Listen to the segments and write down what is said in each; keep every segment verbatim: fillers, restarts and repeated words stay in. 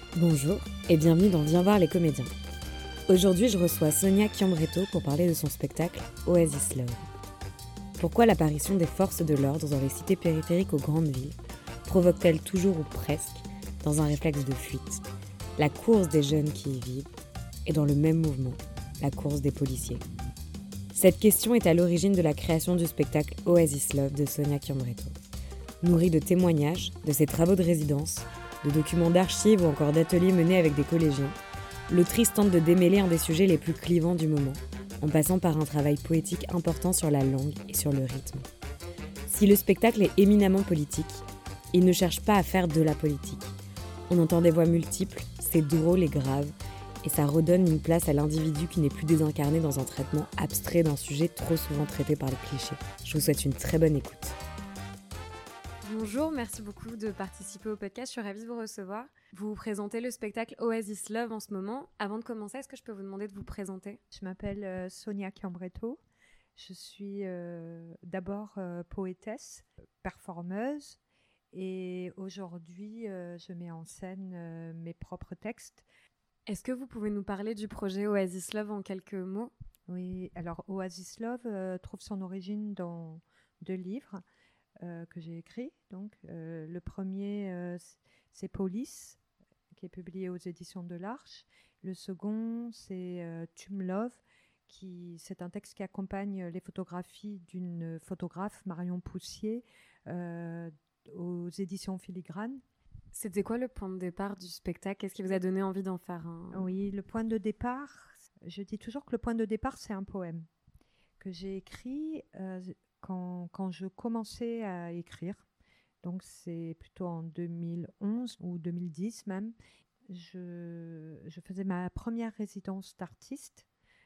Bonjour et bienvenue dans Viens voir les comédiens. Aujourd'hui, je reçois Sonia Chiambretto pour parler de son spectacle Oasis Love. Pourquoi l'apparition des forces de l'ordre dans les cités périphériques aux grandes villes provoque-t-elle toujours ou presque dans un réflexe de fuite la course des jeunes qui y vivent et dans le même mouvement, la course des policiers? Cette question est à l'origine de la création du spectacle Oasis Love de Sonia Chiambretto. Nourrie de témoignages, de ses travaux de résidence, de documents d'archives ou encore d'ateliers menés avec des collégiens, l'autrice tente de démêler un des sujets les plus clivants du moment, en passant par un travail poétique important sur la langue et sur le rythme. Si le spectacle est éminemment politique, il ne cherche pas à faire de la politique. On entend des voix multiples, c'est drôle et grave, et ça redonne une place à l'individu qui n'est plus désincarné dans un traitement abstrait d'un sujet trop souvent traité par le cliché. Je vous souhaite une très bonne écoute. Bonjour, merci beaucoup de participer au podcast, je suis ravie de vous recevoir. Vous vous présentez le spectacle Oasis Love en ce moment. Avant de commencer, est-ce que je peux vous demander de vous présenter ? Je m'appelle euh, Sonia Chiambretto. Je suis euh, d'abord euh, poétesse, performeuse, et aujourd'hui euh, je mets en scène euh, mes propres textes. Est-ce que vous pouvez nous parler du projet Oasis Love en quelques mots ? Oui, alors Oasis Love euh, trouve son origine dans deux livres euh, que j'ai écrits. Donc, euh, le premier, euh, c'est Police, qui est publié aux éditions de l'Arche. Le second, c'est euh, Tum Love, qui, c'est un texte qui accompagne les photographies d'une photographe, Marion Poussier, euh, aux éditions Filigrane. C'était quoi le point de départ du spectacle ? Qu'est-ce qui vous a donné envie d'en faire un ? Oui, le point de départ, je dis toujours que le point de départ, c'est un poème que j'ai écrit euh, quand, quand je commençais à écrire. Donc c'est plutôt en deux mille onze ou deux mille dix même. Je, je faisais ma première résidence d'artiste.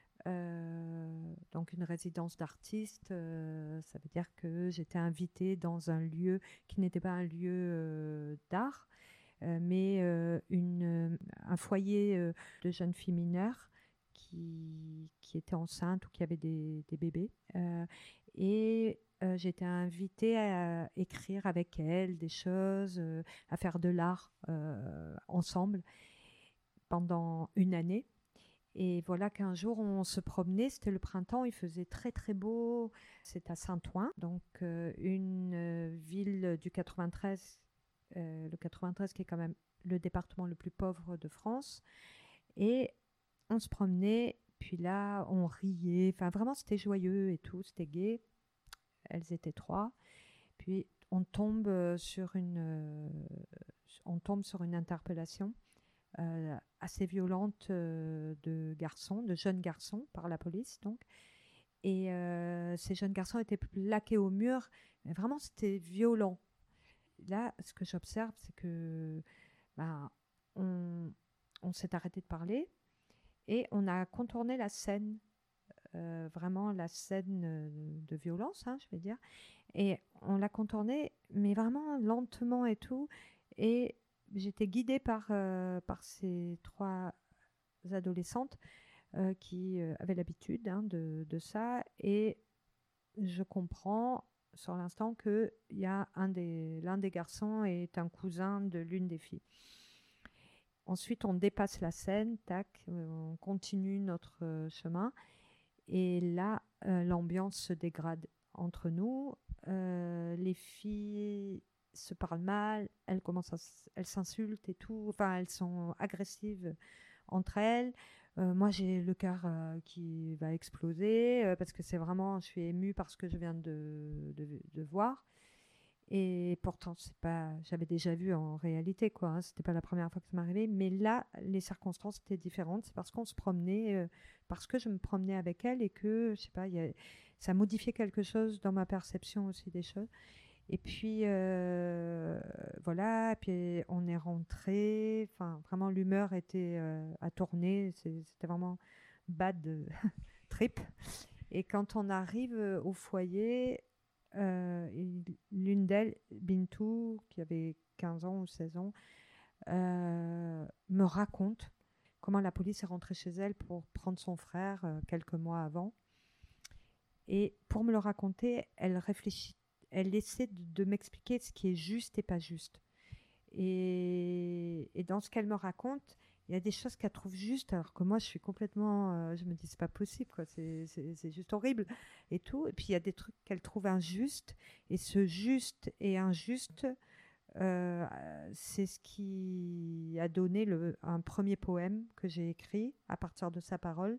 Euh, donc une résidence d'artiste, euh, ça veut dire que j'étais invitée dans un lieu qui n'était pas un lieu euh, d'art, euh, mais euh, une, un foyer euh, de jeunes filles mineures qui, qui étaient enceintes ou qui avaient des, des bébés. Euh, et euh, j'étais invitée à écrire avec elles des choses, euh, à faire de l'art euh, ensemble pendant une année. Et voilà qu'un jour, on se promenait, c'était le printemps, il faisait très très beau. C'est à Saint-Ouen, donc euh, une euh, ville du quatre-vingt-treize, euh, le quatre-vingt-treize qui est quand même le département le plus pauvre de France. Et on se promenait, puis là, on riait. Enfin, vraiment, c'était joyeux et tout, c'était gai. Elles étaient trois. Puis on tombe euh, sur une, euh, on tombe sur une interpellation euh, assez violente euh, de garçons, de jeunes garçons par la police donc. Et euh, ces jeunes garçons étaient plaqués au mur, mais vraiment c'était violent. Là, ce que j'observe, c'est que ben, on, on s'est arrêté de parler et on a contourné la scène, euh, vraiment la scène euh, de violence, hein, je vais dire. Et on l'a contournée, mais vraiment lentement et tout. Et j'étais guidée par, euh, par ces trois adolescentes euh, qui euh, avaient l'habitude hein, de, de ça. Et je comprends sur l'instant que y a un des, l'un des garçons est un cousin de l'une des filles. Ensuite, on dépasse la scène, tac, euh, on continue notre euh, chemin. Et là, euh, l'ambiance se dégrade entre nous. Euh, les filles se parlent mal, elles commencent à, elles s'insultent et tout. Enfin, elles sont agressives entre elles. Euh, moi, j'ai le cœur euh, qui va exploser euh, parce que c'est vraiment, je suis émue par ce que je viens de, de, de voir. Et pourtant, c'est pas, j'avais déjà vu en réalité, quoi. Hein, c'était pas la première fois que ça m'arrivait. Mais là, les circonstances étaient différentes. C'est parce qu'on se promenait, euh, parce que je me promenais avec elle et que, je sais pas, y a, ça modifiait quelque chose dans ma perception aussi des choses. Et puis, euh, voilà, et puis on est rentré. Enfin, vraiment, l'humeur était euh, à tourner. C'est, c'était vraiment bad trip. Et quand on arrive euh, au foyer, euh, il- l'une d'elles, Bintou, qui avait quinze ans ou seize ans, euh, me raconte comment la police est rentrée chez elle pour prendre son frère euh, quelques mois avant. Et pour me le raconter, elle réfléchit, elle essaie de, de m'expliquer ce qui est juste et pas juste. Et, et dans ce qu'elle me raconte, il y a des choses qu'elle trouve justes, alors que moi, je suis complètement... euh, je me dis, c'est pas possible, quoi. C'est, c'est, c'est juste horrible et tout. Et puis, il y a des trucs qu'elle trouve injustes. Et ce juste et injuste, euh, c'est ce qui a donné le, un premier poème que j'ai écrit à partir de sa parole.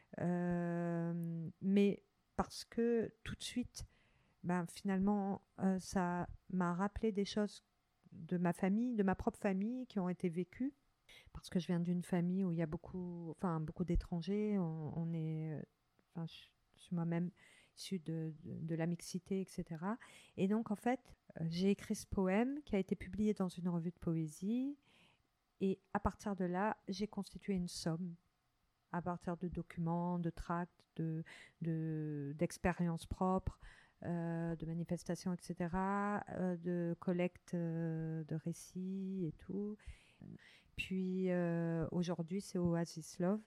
Euh, mais parce que tout de suite, ben, finalement, euh, ça m'a rappelé des choses de ma famille, de ma propre famille, qui ont été vécues. Parce que je viens d'une famille où il y a beaucoup, enfin, beaucoup d'étrangers. On, on est, euh, enfin, je, je suis moi-même issue de, de, de la mixité, et cetera. Et donc, en fait, euh, j'ai écrit ce poème qui a été publié dans une revue de poésie. Et à partir de là, j'ai constitué une somme à partir de documents, de tracts, de, de, d'expériences propres, euh, de manifestations, et cetera, euh, de collecte euh, de récits et tout. Puis euh, aujourd'hui, c'est Oasis Love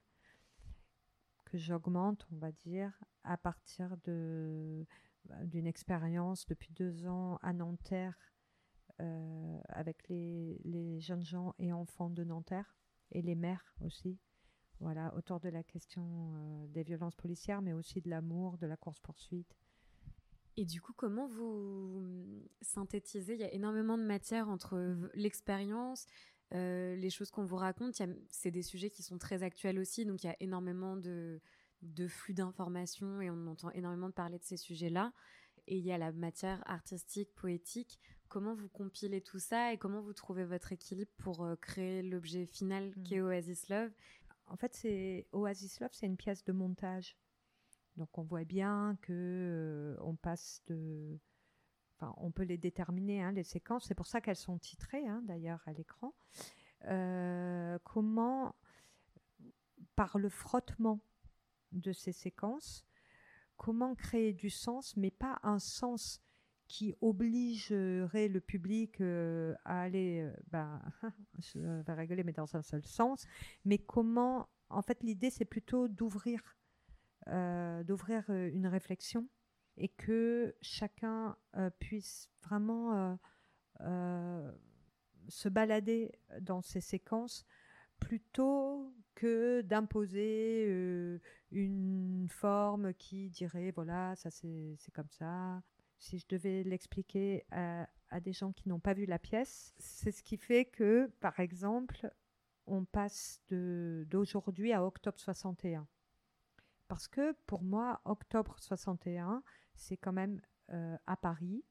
que j'augmente, on va dire, à partir de, d'une expérience depuis deux ans à Nanterre euh, avec les, les jeunes gens et enfants de Nanterre et les mères aussi. Voilà, autour de la question euh, des violences policières, mais aussi de l'amour, de la course-poursuite. Et du coup, comment vous synthétisez ? Il y a énormément de matière entre mmh. l'expérience, euh, les choses qu'on vous raconte. Il y a, c'est des sujets qui sont très actuels aussi, donc il y a énormément de, de flux d'informations et on entend énormément parler de ces sujets-là. Et il y a la matière artistique, poétique. Comment vous compilez tout ça et comment vous trouvez votre équilibre pour euh, créer l'objet final mmh. qu'est Oasis Love ? En fait, c'est, Oasis Love, c'est une pièce de montage. Donc, on voit bien que euh, on passe de... Enfin, on peut les déterminer, hein, les séquences. C'est pour ça qu'elles sont titrées, hein, d'ailleurs, à l'écran. Euh, comment, par le frottement de ces séquences, comment créer du sens, mais pas un sens qui obligerait le public euh, à aller, euh, ben, je vais rigoler, mais dans un seul sens. Mais comment, en fait, l'idée, c'est plutôt d'ouvrir, euh, d'ouvrir euh, une réflexion et que chacun euh, puisse vraiment euh, euh, se balader dans ces séquences plutôt que d'imposer euh, une forme qui dirait voilà, ça c'est, c'est comme ça. Si je devais l'expliquer à, à des gens qui n'ont pas vu la pièce, c'est ce qui fait que, par exemple, on passe de, d'aujourd'hui à octobre soixante et un. Parce que pour moi, octobre soixante et un, c'est quand même euh, à Paris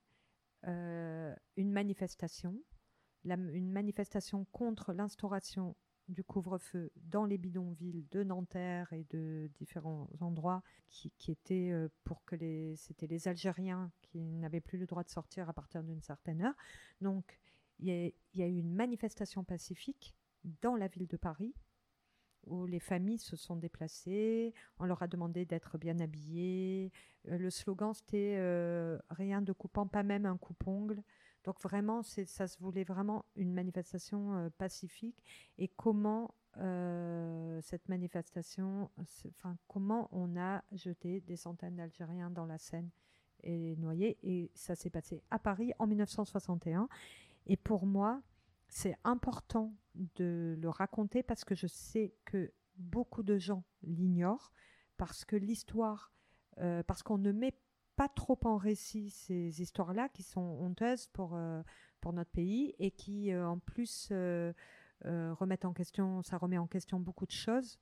euh, une manifestation, la, une manifestation contre l'instauration du couvre-feu dans les bidonvilles de Nanterre et de différents endroits qui, qui étaient euh, pour que les... C'était les Algériens qui n'avaient plus le droit de sortir à partir d'une certaine heure. Donc, il y, y a eu une manifestation pacifique dans la ville de Paris où les familles se sont déplacées, on leur a demandé d'être bien habillés. Euh, le slogan, c'était euh, « rien de coupant, pas même un coupe-ongle ». Donc vraiment, c'est, ça se voulait vraiment une manifestation euh, pacifique. Et comment euh, cette manifestation, enfin comment on a jeté des centaines d'Algériens dans la Seine et noyés. Et ça s'est passé à Paris en dix-neuf cent soixante et un. Et pour moi, c'est important de le raconter parce que je sais que beaucoup de gens l'ignorent, parce que l'histoire, euh, parce qu'on ne met pas trop en récit ces histoires-là qui sont honteuses pour, euh, pour notre pays et qui, euh, en plus, euh, euh, remettent en question, ça remet en question beaucoup de choses,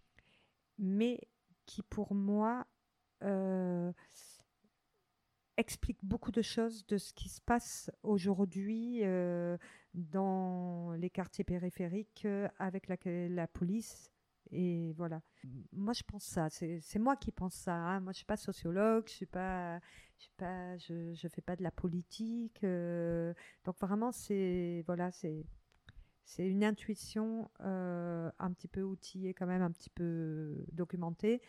mais qui, pour moi, euh, explique beaucoup de choses de ce qui se passe aujourd'hui euh, dans les quartiers périphériques euh, avec la, la police. Et voilà. Moi, je pense ça. C'est, c'est moi qui pense ça. Hein. Moi, je suis pas sociologue. Je suis pas. Je suis pas. Je, je fais pas de la politique. Euh, donc vraiment, c'est voilà, c'est. C'est une intuition euh, un petit peu outillée, quand même, un petit peu documentée.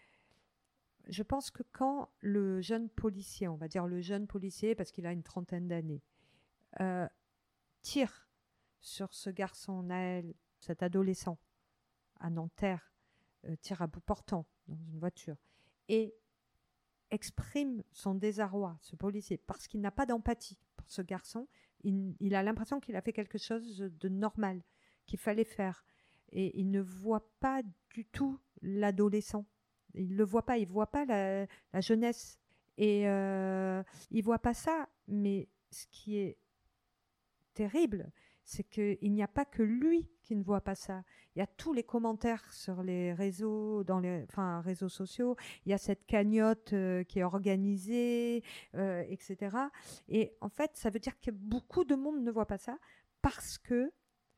Je pense que quand le jeune policier, on va dire le jeune policier parce qu'il a une trentaine d'années, euh, tire sur ce garçon Naël, cet adolescent à Nanterre, euh, tire à bout portant dans une voiture et exprime son désarroi, ce policier, parce qu'il n'a pas d'empathie pour ce garçon, il, il a l'impression qu'il a fait quelque chose de normal, qu'il fallait faire. Et il ne voit pas du tout l'adolescent. Il ne le voit pas, il ne voit pas la, la jeunesse. Et euh, il ne voit pas ça. Mais ce qui est terrible, c'est qu'il n'y a pas que lui qui ne voit pas ça. Il y a tous les commentaires sur les réseaux, dans les enfin, réseaux sociaux. Il y a cette cagnotte euh, qui est organisée, euh, et cetera. Et en fait, ça veut dire que beaucoup de monde ne voit pas ça parce que,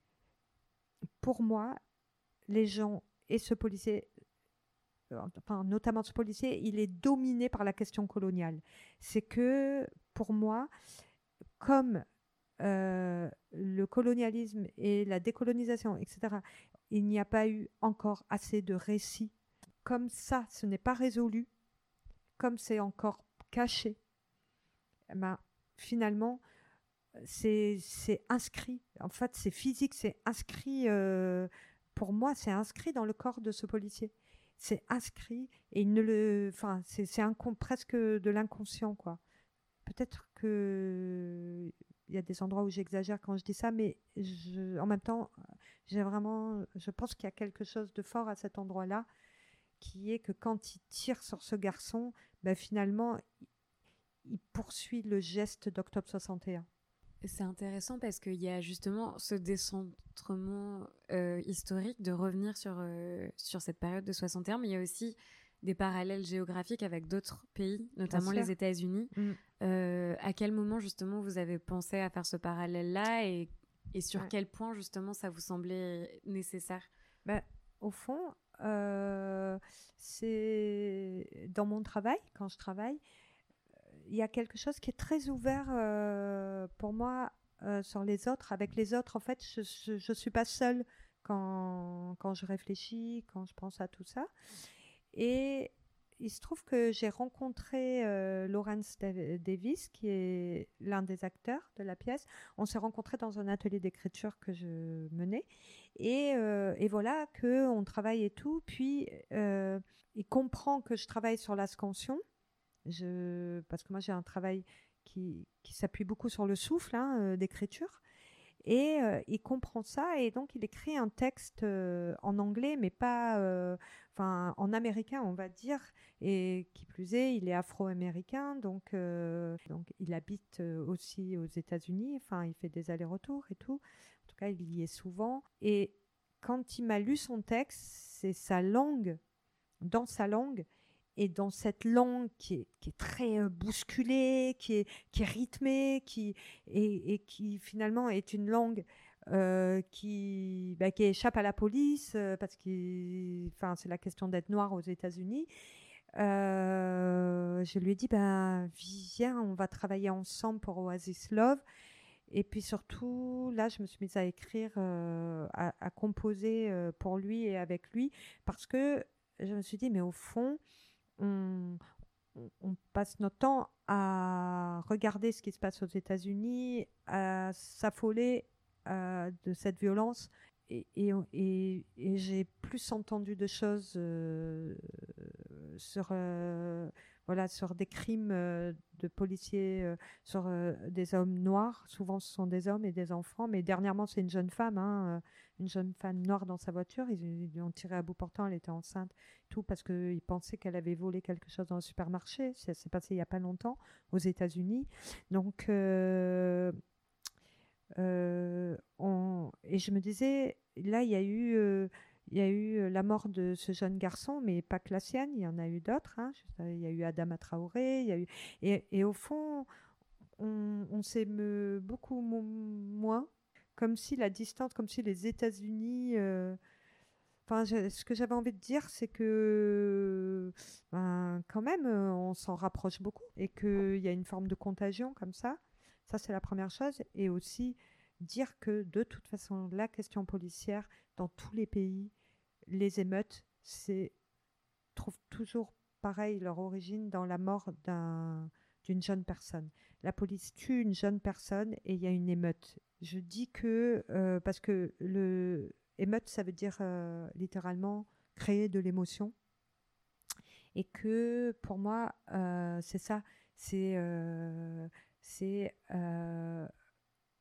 pour moi, les gens et ce policier, enfin, notamment ce policier, il est dominé par la question coloniale. C'est que, pour moi, comme euh, le colonialisme et la décolonisation, et cetera, il n'y a pas eu encore assez de récits. Comme ça, ce n'est pas résolu, comme c'est encore caché, ben, finalement, c'est, c'est inscrit. En fait, c'est physique, c'est inscrit, euh, pour moi, c'est inscrit dans le corps de ce policier. C'est inscrit et il ne le... Enfin, c'est, c'est incon- presque de l'inconscient, quoi. Peut-être que il y a des endroits où j'exagère quand je dis ça, mais je, en même temps, j'ai vraiment, je pense qu'il y a quelque chose de fort à cet endroit-là, qui est que quand il tire sur ce garçon, ben finalement, il poursuit le geste d'Octobre soixante et un. C'est intéressant parce qu'il y a justement ce décentrement euh, historique de revenir sur, euh, sur cette période de soixante et un, mais il y a aussi des parallèles géographiques avec d'autres pays, notamment les États-Unis. Mm. Euh, à quel moment justement vous avez pensé à faire ce parallèle-là et, et sur ouais. quel point justement ça vous semblait nécessaire? Ben, au fond, euh, c'est dans mon travail, quand je travaille, il y a quelque chose qui est très ouvert euh, pour moi euh, sur les autres. Avec les autres, en fait, je ne suis pas seule quand, quand je réfléchis, quand je pense à tout ça. Et il se trouve que j'ai rencontré euh, Lawrence Davis, qui est l'un des acteurs de la pièce. On s'est rencontrés dans un atelier d'écriture que je menais. Et, euh, et voilà qu'on travaille et tout. Puis, euh, il comprend que je travaille sur la scansion. Je, parce que moi j'ai un travail qui, qui s'appuie beaucoup sur le souffle hein, euh, d'écriture et euh, il comprend ça et donc il écrit un texte euh, en anglais mais pas euh, enfin en américain on va dire et qui plus est il est afro-américain donc, euh, donc il habite euh, aussi aux États-Unis, enfin il fait des allers-retours et tout, en tout cas il y est souvent et quand il m'a lu son texte c'est sa langue, dans sa langue et dans cette langue qui est, qui est très euh, bousculée, qui est, qui est rythmée, qui, et, et qui finalement est une langue euh, qui, bah, qui échappe à la police, euh, parce que c'est la question d'être noir aux États-Unis. Euh, je lui ai dit, bah, viens, on va travailler ensemble pour Oasis Love. Et puis surtout, là, je me suis mise à écrire, euh, à, à composer euh, pour lui et avec lui, parce que je me suis dit, mais au fond, On, on passe notre temps à regarder ce qui se passe aux États-Unis, à s'affoler euh, de cette violence. Et, et, et, et j'ai plus entendu de choses euh, sur, euh, voilà, sur des crimes euh, de policiers, euh, sur euh, des hommes noirs. Souvent, ce sont des hommes et des enfants. Mais dernièrement, c'est une jeune femme, hein, une jeune femme noire dans sa voiture. Ils, ils lui ont tiré à bout portant, elle était enceinte, tout parce qu'ils pensaient qu'elle avait volé quelque chose dans le supermarché. Ça s'est passé il n'y a pas longtemps aux États-Unis. Donc... Euh, Euh, on... Et je me disais, là, il y a eu, euh, il y a eu la mort de ce jeune garçon, mais pas que la sienne, il y en a eu d'autres. Hein. Il y a eu Adama Traoré, il y a eu... et, et au fond, on, on s'émeut beaucoup moins, comme si la distance, comme si les États-Unis... Euh... Enfin, je, ce que j'avais envie de dire, c'est que ben, quand même, on s'en rapproche beaucoup et qu'il y a une forme de contagion comme ça. Ça, c'est la première chose. Et aussi dire que de toute façon, la question policière, dans tous les pays, les émeutes, c'est trouvent toujours pareil leur origine dans la mort d'un, d'une jeune personne. La police tue une jeune personne et il y a une émeute. Je dis que, euh, parce que le émeute, ça veut dire euh, littéralement créer de l'émotion. Et que pour moi, euh, c'est ça. C'est... Euh, c'est euh,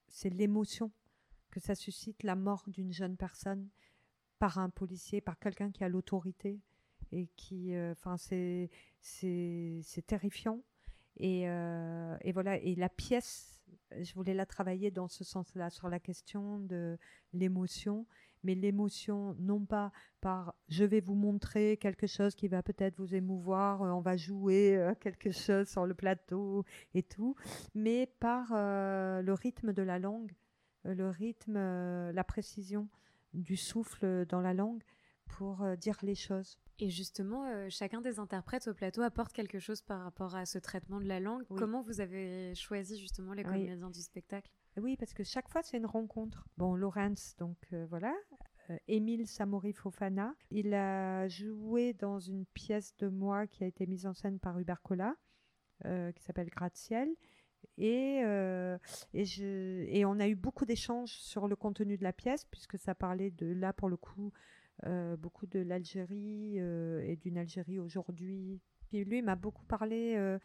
c'est l'émotion que ça suscite, la mort d'une jeune personne par un policier, par quelqu'un qui a l'autorité et qui, enfin, euh, c'est, c'est, c'est terrifiant. Et, euh, et voilà, et la pièce, je voulais la travailler dans ce sens-là, sur la question de l'émotion, mais l'émotion non pas par je vais vous montrer quelque chose qui va peut-être vous émouvoir, on va jouer euh, quelque chose sur le plateau et tout, mais par euh, le rythme de la langue, euh, le rythme, euh, la précision du souffle dans la langue pour euh, dire les choses. Et justement, euh, chacun des interprètes au plateau apporte quelque chose par rapport à ce traitement de la langue. Oui. Comment vous avez choisi justement les comédiens oui. du spectacle ? Oui, parce que chaque fois, c'est une rencontre. Bon, Laurence, donc euh, voilà, euh, Émile Samori-Fofana, il a joué dans une pièce de moi qui a été mise en scène par Hubert Collat, euh, qui s'appelle Gratte-ciel. Et, euh, et, je, et on a eu beaucoup d'échanges sur le contenu de la pièce, puisque ça parlait de, là pour le coup, euh, beaucoup de l'Algérie euh, et d'une Algérie aujourd'hui. Puis lui, il m'a beaucoup parlé euh,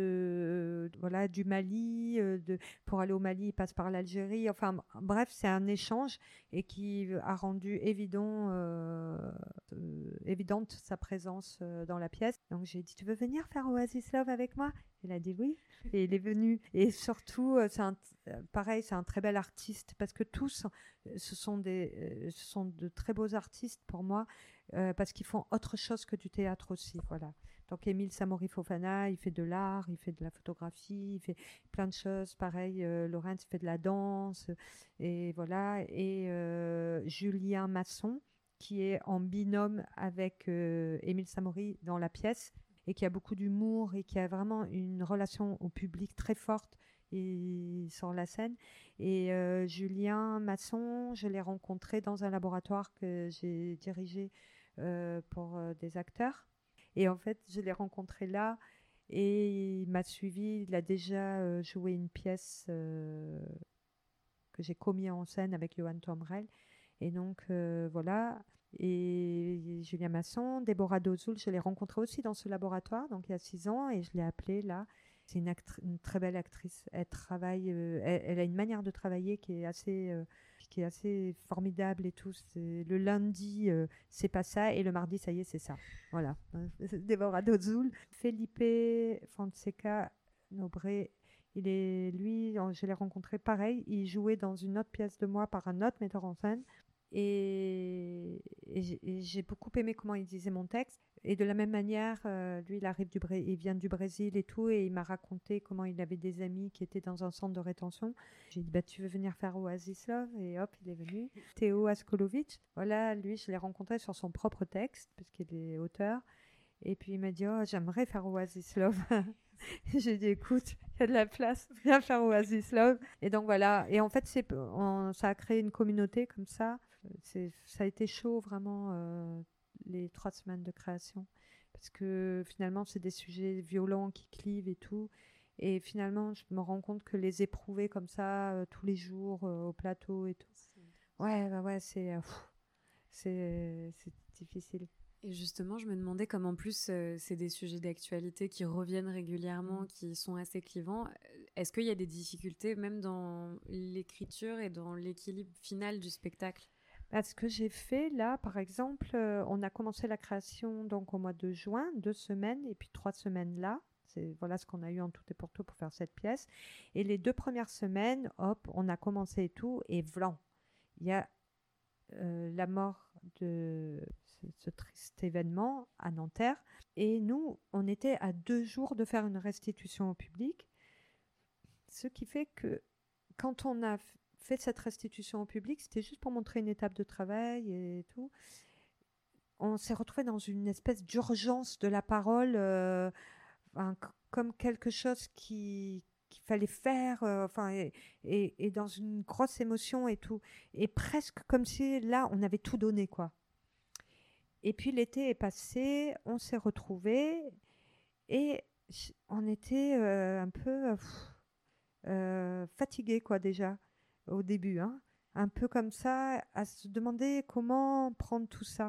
de, de, voilà, du Mali. Euh, de, pour aller au Mali, il passe par l'Algérie. Enfin, bref, c'est un échange et qui a rendu évident, euh, euh, évidente sa présence euh, dans la pièce. Donc j'ai dit, tu veux venir faire Oasis Love avec moi ? Il a dit oui. Et il est venu. Et surtout, c'est un, pareil, c'est un très bel artiste parce que tous, ce sont, des, ce sont de très beaux artistes pour moi euh, parce qu'ils font autre chose que du théâtre aussi. Voilà. Donc Émile Samori-Fofana, il fait de l'art, il fait de la photographie, il fait plein de choses. Pareil, euh, Laurence fait de la danse. Et voilà. Et euh, Julien Masson, qui est en binôme avec euh, Émile Samori dans la pièce, et qui a beaucoup d'humour et qui a vraiment une relation au public très forte et sur la scène. Et euh, Julien Masson, je l'ai rencontré dans un laboratoire que j'ai dirigé euh, pour euh, des acteurs. Et en fait, je l'ai rencontré là et il m'a suivi. Il a déjà euh, joué une pièce euh, que j'ai commis en scène avec Johan Tomrel. Et donc, euh, voilà. Et Julien Masson, Déborah Dozoul, je l'ai rencontrée aussi dans ce laboratoire, donc il y a six ans, et je l'ai appelée là. C'est une, actri- une très belle actrice. Elle travaille, euh, elle, elle a une manière de travailler qui est assez, euh, qui est assez formidable et tout. C'est, le lundi, euh, c'est pas ça, et le mardi, ça y est, c'est ça. Voilà. Déborah Dozoul, Felipe Fonseca Nobré. Il est, lui, je l'ai rencontré pareil. Il jouait dans une autre pièce de moi par un autre metteur en scène. Et, et, j'ai, et j'ai beaucoup aimé comment il disait mon texte. Et de la même manière, euh, lui, il arrive du Bré- il vient du Brésil et tout, et il m'a raconté comment il avait des amis qui étaient dans un centre de rétention. J'ai dit, bah, tu veux venir faire Oasis Love ? Et hop, il est venu. Théo Askolovic, voilà, lui, je l'ai rencontré sur son propre texte, parce qu'il est auteur. Et puis il m'a dit, oh, j'aimerais faire Oasis Love. J'ai dit, écoute, il y a de la place, viens faire Oasis Love. Et donc voilà, et en fait, c'est, on, ça a créé une communauté comme ça. C'est, ça a été chaud vraiment euh, les trois semaines de création, parce que finalement, c'est des sujets violents qui clivent et tout. Et finalement, je me rends compte que les éprouver comme ça euh, tous les jours euh, au plateau et tout, ouais, bah ouais, c'est, euh, pff, c'est, c'est difficile. Et justement, je me demandais comme en plus, euh, c'est des sujets d'actualité qui reviennent régulièrement, mmh. qui sont assez clivants. Est-ce qu'il y a des difficultés même dans l'écriture et dans l'équilibre final du spectacle ? Bah, ce que j'ai fait là, par exemple, euh, on a commencé la création donc au mois de juin, deux semaines, et puis trois semaines là. C'est, voilà ce qu'on a eu en tout et pour tout pour faire cette pièce. Et les deux premières semaines, hop, on a commencé et tout, et vlan, il y a euh, la mort de ce, ce triste événement à Nanterre. Et nous, on était à deux jours de faire une restitution au public, ce qui fait que quand on a fait cette restitution au public, c'était juste pour montrer une étape de travail et tout. On s'est retrouvé dans une espèce d'urgence de la parole, euh, enfin, comme quelque chose qui, qu'il fallait faire, euh, enfin, et, et, et dans une grosse émotion et tout. Et presque comme si là, on avait tout donné, quoi. Et puis l'été est passé, on s'est retrouvés et on était euh, un peu euh, euh, fatigués, quoi, déjà, au début, hein. Un peu comme ça, à se demander comment prendre tout ça.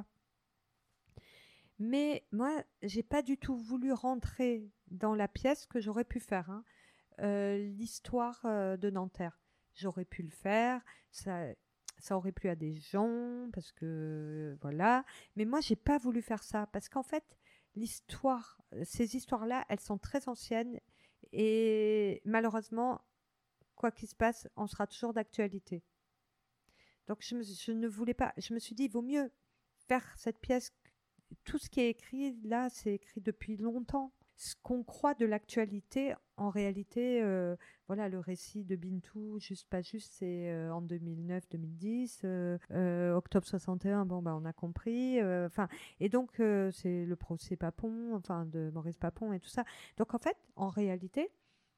Mais moi, j'ai pas du tout voulu rentrer dans la pièce que j'aurais pu faire, hein, euh, l'histoire euh, de Nanterre. j'aurais pu le faire, ça, ça aurait plu à des gens, parce que voilà. Mais moi, j'ai pas voulu faire ça, parce qu'en fait, l'histoire, ces histoires-là, elles sont très anciennes, et malheureusement, quoi qu'il se passe, on sera toujours d'actualité. Donc, je, me, je ne voulais pas, je me suis dit, il vaut mieux faire cette pièce. Tout ce qui est écrit là, c'est écrit depuis longtemps. Ce qu'on croit de l'actualité, en réalité, euh, voilà, le récit de Bintou, juste pas juste, c'est euh, en deux mille neuf deux mille dix, euh, euh, octobre soixante et un, bon, bah, on a compris. Enfin, euh, et donc, euh, c'est le procès Papon, enfin, de Maurice Papon et tout ça. Donc, en fait, en réalité,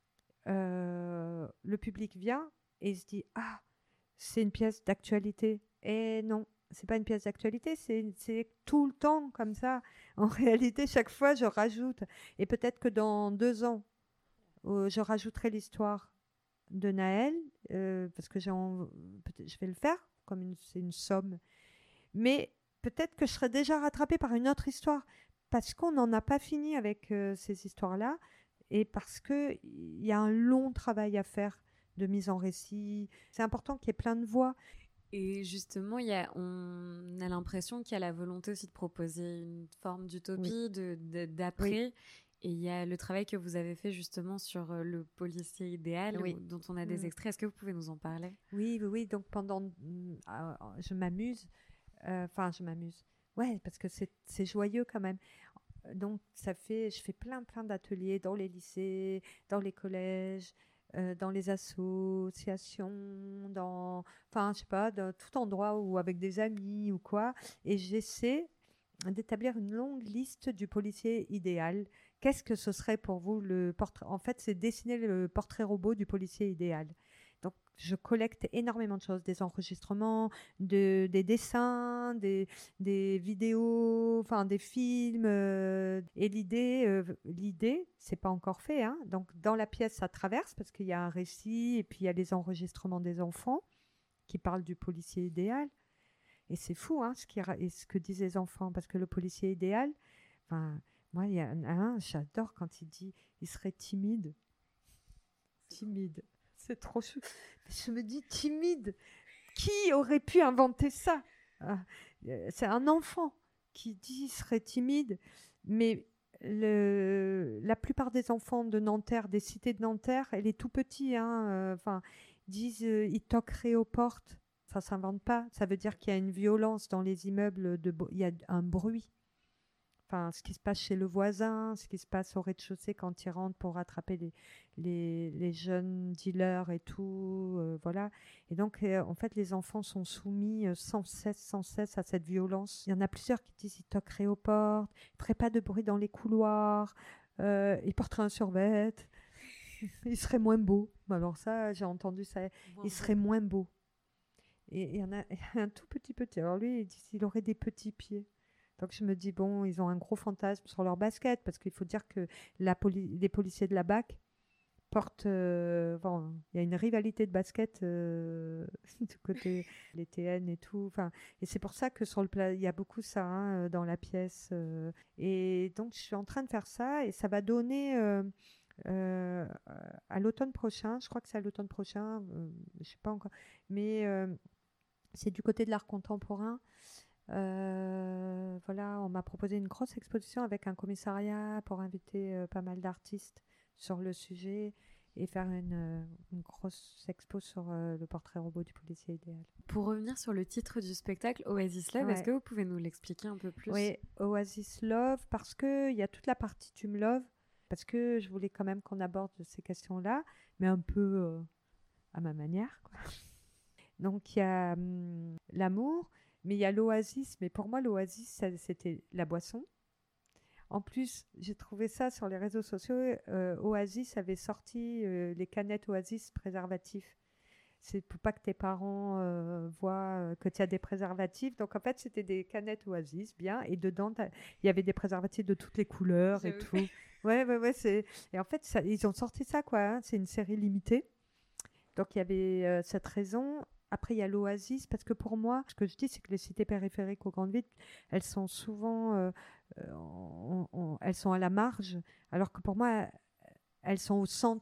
euh, le public vient et il se dit, ah, c'est une pièce d'actualité. Et non, c'est pas une pièce d'actualité, c'est, c'est tout le temps comme ça. En réalité, chaque fois, je rajoute. Et peut-être que dans deux ans, euh, je rajouterai l'histoire de Naël, euh, parce que j'ai en... peut-être, je vais le faire, comme une, c'est une somme. Mais peut-être que je serai déjà rattrapée par une autre histoire, parce qu'on n'en a pas fini avec euh, ces histoires-là, et parce qu'il y a un long travail à faire de mise en récit. C'est important qu'il y ait plein de voix. Et justement, y a, on a l'impression qu'il y a la volonté aussi de proposer une forme d'utopie, oui. de, de, d'après. Oui. Et il y a le travail que vous avez fait justement sur le policier idéal, oui. où, dont on a des mmh. extraits. Est-ce que vous pouvez nous en parler ? Oui, oui, oui. Donc pendant, euh, je m'amuse. Enfin, euh, je m'amuse. Ouais, parce que c'est, c'est joyeux quand même. Donc ça fait, je fais plein, plein d'ateliers dans les lycées, dans les collèges. Euh, dans les associations, dans, enfin, je sais pas, dans tout endroit ou avec des amis ou quoi. Et j'essaie d'établir une longue liste du policier idéal. Qu'est-ce que ce serait pour vous le portrait ? En fait, c'est dessiner le portrait robot du policier idéal. Donc, je collecte énormément de choses, des enregistrements, de, des dessins, des, des vidéos, enfin des films. Euh, et l'idée, euh, l'idée, c'est pas encore fait. Hein, donc, dans la pièce, ça traverse parce qu'il y a un récit et puis il y a les enregistrements des enfants qui parlent du policier idéal. Et c'est fou, hein, ce, qui, ce que disent les enfants, parce que le policier idéal, enfin, moi, il y a un, j'adore quand il dit, il serait timide. Timide. C'est trop chou. Je me dis, timide. Qui aurait pu inventer ça ? ah, C'est un enfant qui dit qu'il serait timide. Mais le, la plupart des enfants de Nanterre, des cités de Nanterre, elle est tout petit. Hein, enfin, disent, euh, ils toqueraient aux portes. Ça ne s'invente pas. Ça veut dire qu'il y a une violence dans les immeubles. De, il y a un bruit. Enfin, ce qui se passe chez le voisin, ce qui se passe au rez-de-chaussée quand il rentre pour rattraper les, les, les jeunes dealers et tout, euh, voilà. Et donc, euh, en fait, les enfants sont soumis euh, sans cesse, sans cesse à cette violence. Il y en a plusieurs qui disent qu'ils toqueraient aux portes, ils ne feraient pas de bruit dans les couloirs, euh, ils porteraient un survêt, ils seraient moins beaux. Alors ça, j'ai entendu ça, moins ils seraient beau. moins beaux. Et il y en a un tout petit petit. Alors lui, il dit qu'il aurait des petits pieds. Donc je me dis, bon, ils ont un gros fantasme sur leur basket, parce qu'il faut dire que la poli- les policiers de la B A C portent... Euh, bon, il y a une rivalité de basket euh, du côté des T N et tout. Et c'est pour ça que sur le pla- il y a beaucoup ça hein, dans la pièce. Euh, et donc je suis en train de faire ça, et ça va donner... Euh, euh, à l'automne prochain, je crois que c'est à l'automne prochain, euh, je sais pas encore, mais euh, c'est du côté de l'art contemporain. Euh, voilà, on m'a proposé une grosse exposition avec un commissariat pour inviter euh, pas mal d'artistes sur le sujet et faire une, euh, une grosse expo sur euh, le portrait robot du policier idéal. Pour revenir sur le titre du spectacle, Oasis Love, ouais. Est-ce que vous pouvez nous l'expliquer un peu plus ? Oui, Oasis Love, parce qu'il y a toute la partie Tu me love, parce que je voulais quand même qu'on aborde ces questions-là, mais un peu euh, à ma manière, quoi. Donc il y a hum, l'amour, mais il y a l'oasis. Mais pour moi, l'oasis, ça, c'était la boisson. En plus, j'ai trouvé ça sur les réseaux sociaux. Euh, Oasis avait sorti euh, les canettes Oasis préservatifs. C'est pour pas que tes parents euh, voient que tu as des préservatifs. Donc en fait, c'était des canettes Oasis, bien. Et dedans, il y avait des préservatifs de toutes les couleurs et tout. Ouais, ouais, ouais. C'est... Et en fait, ça, ils ont sorti ça, quoi. Hein. C'est une série limitée. Donc il y avait euh, cette raison. Après, il y a l'oasis, parce que pour moi, ce que je dis, c'est que les cités périphériques aux grandes villes, elles sont souvent, euh, on, on, elles sont à la marge, alors que pour moi, elles sont au centre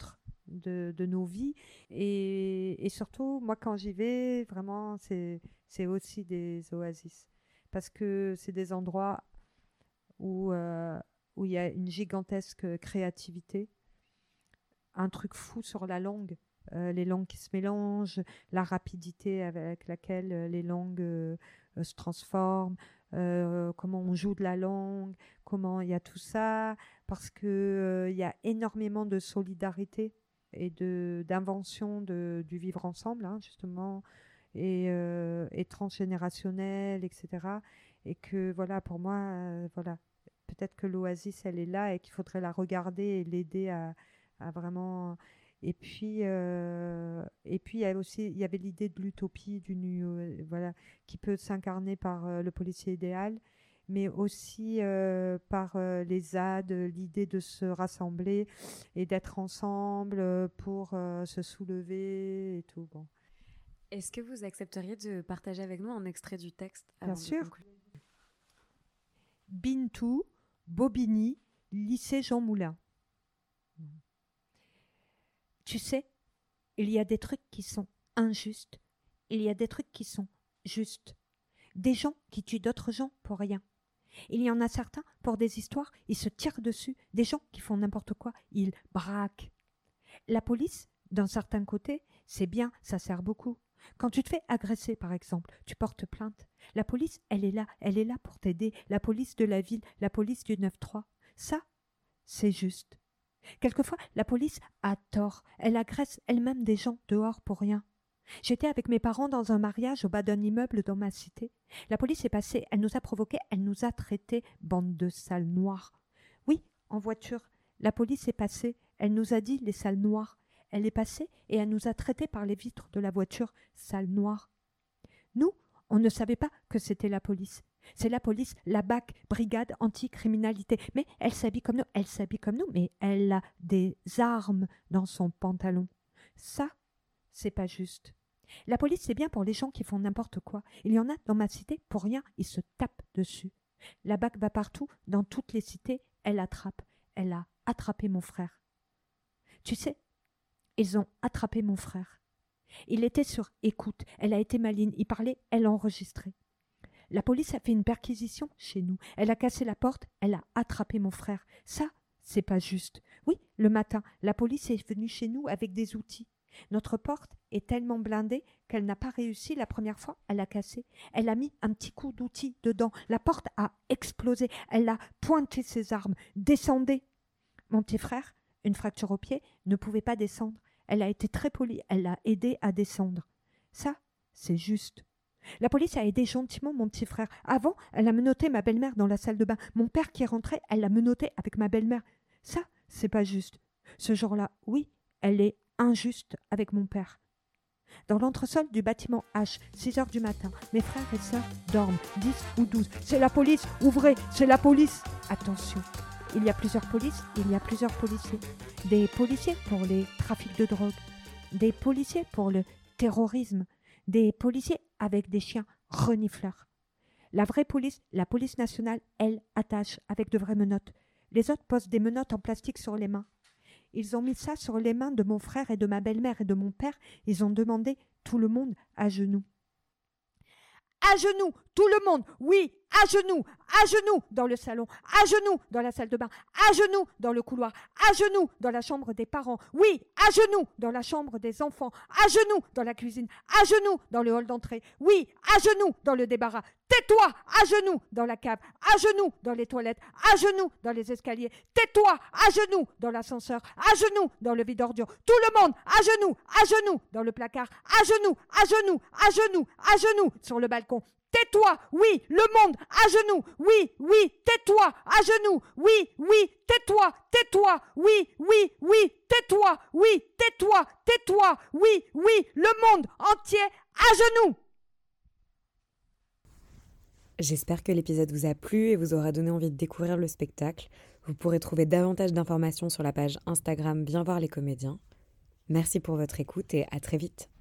de, de nos vies. Et, et surtout, moi, quand j'y vais, vraiment, c'est, c'est aussi des oasis. Parce que c'est des endroits où euh, où il y a une gigantesque créativité, un truc fou sur la langue, euh, les langues qui se mélangent, la rapidité avec laquelle euh, les langues euh, euh, se transforment, euh, comment on joue de la langue, comment il y a tout ça, parce que euh, il y a énormément de solidarité et de d'invention de, du vivre ensemble, hein, justement, et, euh, et transgénérationnel, et cetera. Et que voilà, pour moi, euh, voilà, peut-être que l'oasis, elle est là et qu'il faudrait la regarder et l'aider à, à vraiment. Et puis, euh, et puis il y a aussi, il y avait l'idée de l'utopie, d'une, euh, voilà, qui peut s'incarner par euh, le policier idéal, mais aussi euh, par euh, les Z A D, l'idée de se rassembler et d'être ensemble euh, pour euh, se soulever et tout. Bon. Est-ce que vous accepteriez de partager avec nous un extrait du texte Bien avant de sûr. conclure ? Bintou, Bobigny, lycée Jean Moulin. Tu sais, il y a des trucs qui sont injustes, il y a des trucs qui sont justes. Des gens qui tuent d'autres gens pour rien. Il y en a certains, pour des histoires, ils se tirent dessus. Des gens qui font n'importe quoi, ils braquent. La police, d'un certain côté, c'est bien, ça sert beaucoup. Quand tu te fais agresser, par exemple, tu portes plainte. La police, elle est là, elle est là pour t'aider. La police de la ville, la police du neuf trois. Ça, c'est juste. Quelquefois, la police a tort. Elle agresse elle-même des gens dehors pour rien. J'étais avec mes parents dans un mariage au bas d'un immeuble dans ma cité. La police est passée, elle nous a provoqués, elle nous a traités, bande de sales noirs. Oui, en voiture, la police est passée, elle nous a dit les sales noirs. Elle est passée et elle nous a traités par les vitres de la voiture, sales noirs. Nous, on ne savait pas que c'était la police. C'est la police, la B A C, brigade anti-criminalité. Mais elle s'habille comme nous, elle s'habille comme nous, mais elle a des armes dans son pantalon. Ça, c'est pas juste. La police, c'est bien pour les gens qui font n'importe quoi. Il y en a dans ma cité, pour rien, ils se tapent dessus. La B A C va partout, dans toutes les cités, elle attrape. Elle a attrapé mon frère. Tu sais, ils ont attrapé mon frère. Il était sur écoute, elle a été maligne, il parlait, elle a enregistré. La police a fait une perquisition chez nous. Elle a cassé la porte, elle a attrapé mon frère. Ça, c'est pas juste. Oui, le matin, la police est venue chez nous avec des outils. Notre porte est tellement blindée qu'elle n'a pas réussi la première fois à la casser. Elle a mis un petit coup d'outil dedans. La porte a explosé. Elle a pointé ses armes. Descendez. Mon petit frère, une fracture au pied, ne pouvait pas descendre. Elle a été très polie. Elle l'a aidé à descendre. Ça, c'est juste. La police a aidé gentiment mon petit frère. Avant, elle a menotté ma belle-mère dans la salle de bain. Mon père qui est rentré, elle l'a menotté avec ma belle-mère. Ça, c'est pas juste. Ce jour-là, oui, elle est injuste avec mon père. Dans l'entresol du bâtiment H, six heures du matin, mes frères et sœurs dorment, dix ou douze. C'est la police, ouvrez, c'est la police. Attention, il y a plusieurs polices, il y a plusieurs policiers. Des policiers pour les trafics de drogue, des policiers pour le terrorisme, des policiers avec des chiens renifleurs. La vraie police, la police nationale, elle attache avec de vraies menottes. Les autres posent des menottes en plastique sur les mains. Ils ont mis ça sur les mains de mon frère et de ma belle-mère et de mon père. Ils ont demandé tout le monde à genoux. À genoux, tout le monde, oui, à genoux, à genoux dans le salon, à genoux dans la salle de bain, à genoux dans le couloir, à genoux dans la chambre des parents, oui, à genoux dans la chambre des enfants, à genoux dans la cuisine, à genoux dans le hall d'entrée, oui, à genoux dans le débarras. Tais-toi, à genoux dans la cave, à genoux dans les toilettes, à genoux dans les escaliers. Tais-toi, à genoux dans l'ascenseur, à genoux dans le vide-ordures. Tout le monde, à genoux, à genoux dans le placard, à genoux, à genoux, à genoux, à genoux sur le balcon. Tais-toi, oui, le monde, à genoux, oui, oui, tais-toi, à genoux, oui, oui, tais-toi, tais-toi, oui, oui, oui, tais-toi, oui, tais-toi, tais-toi, oui, oui, le monde entier, à genoux. J'espère que l'épisode vous a plu et vous aura donné envie de découvrir le spectacle. Vous pourrez trouver davantage d'informations sur la page Instagram Viens voir les comédiens. Merci pour votre écoute et à très vite.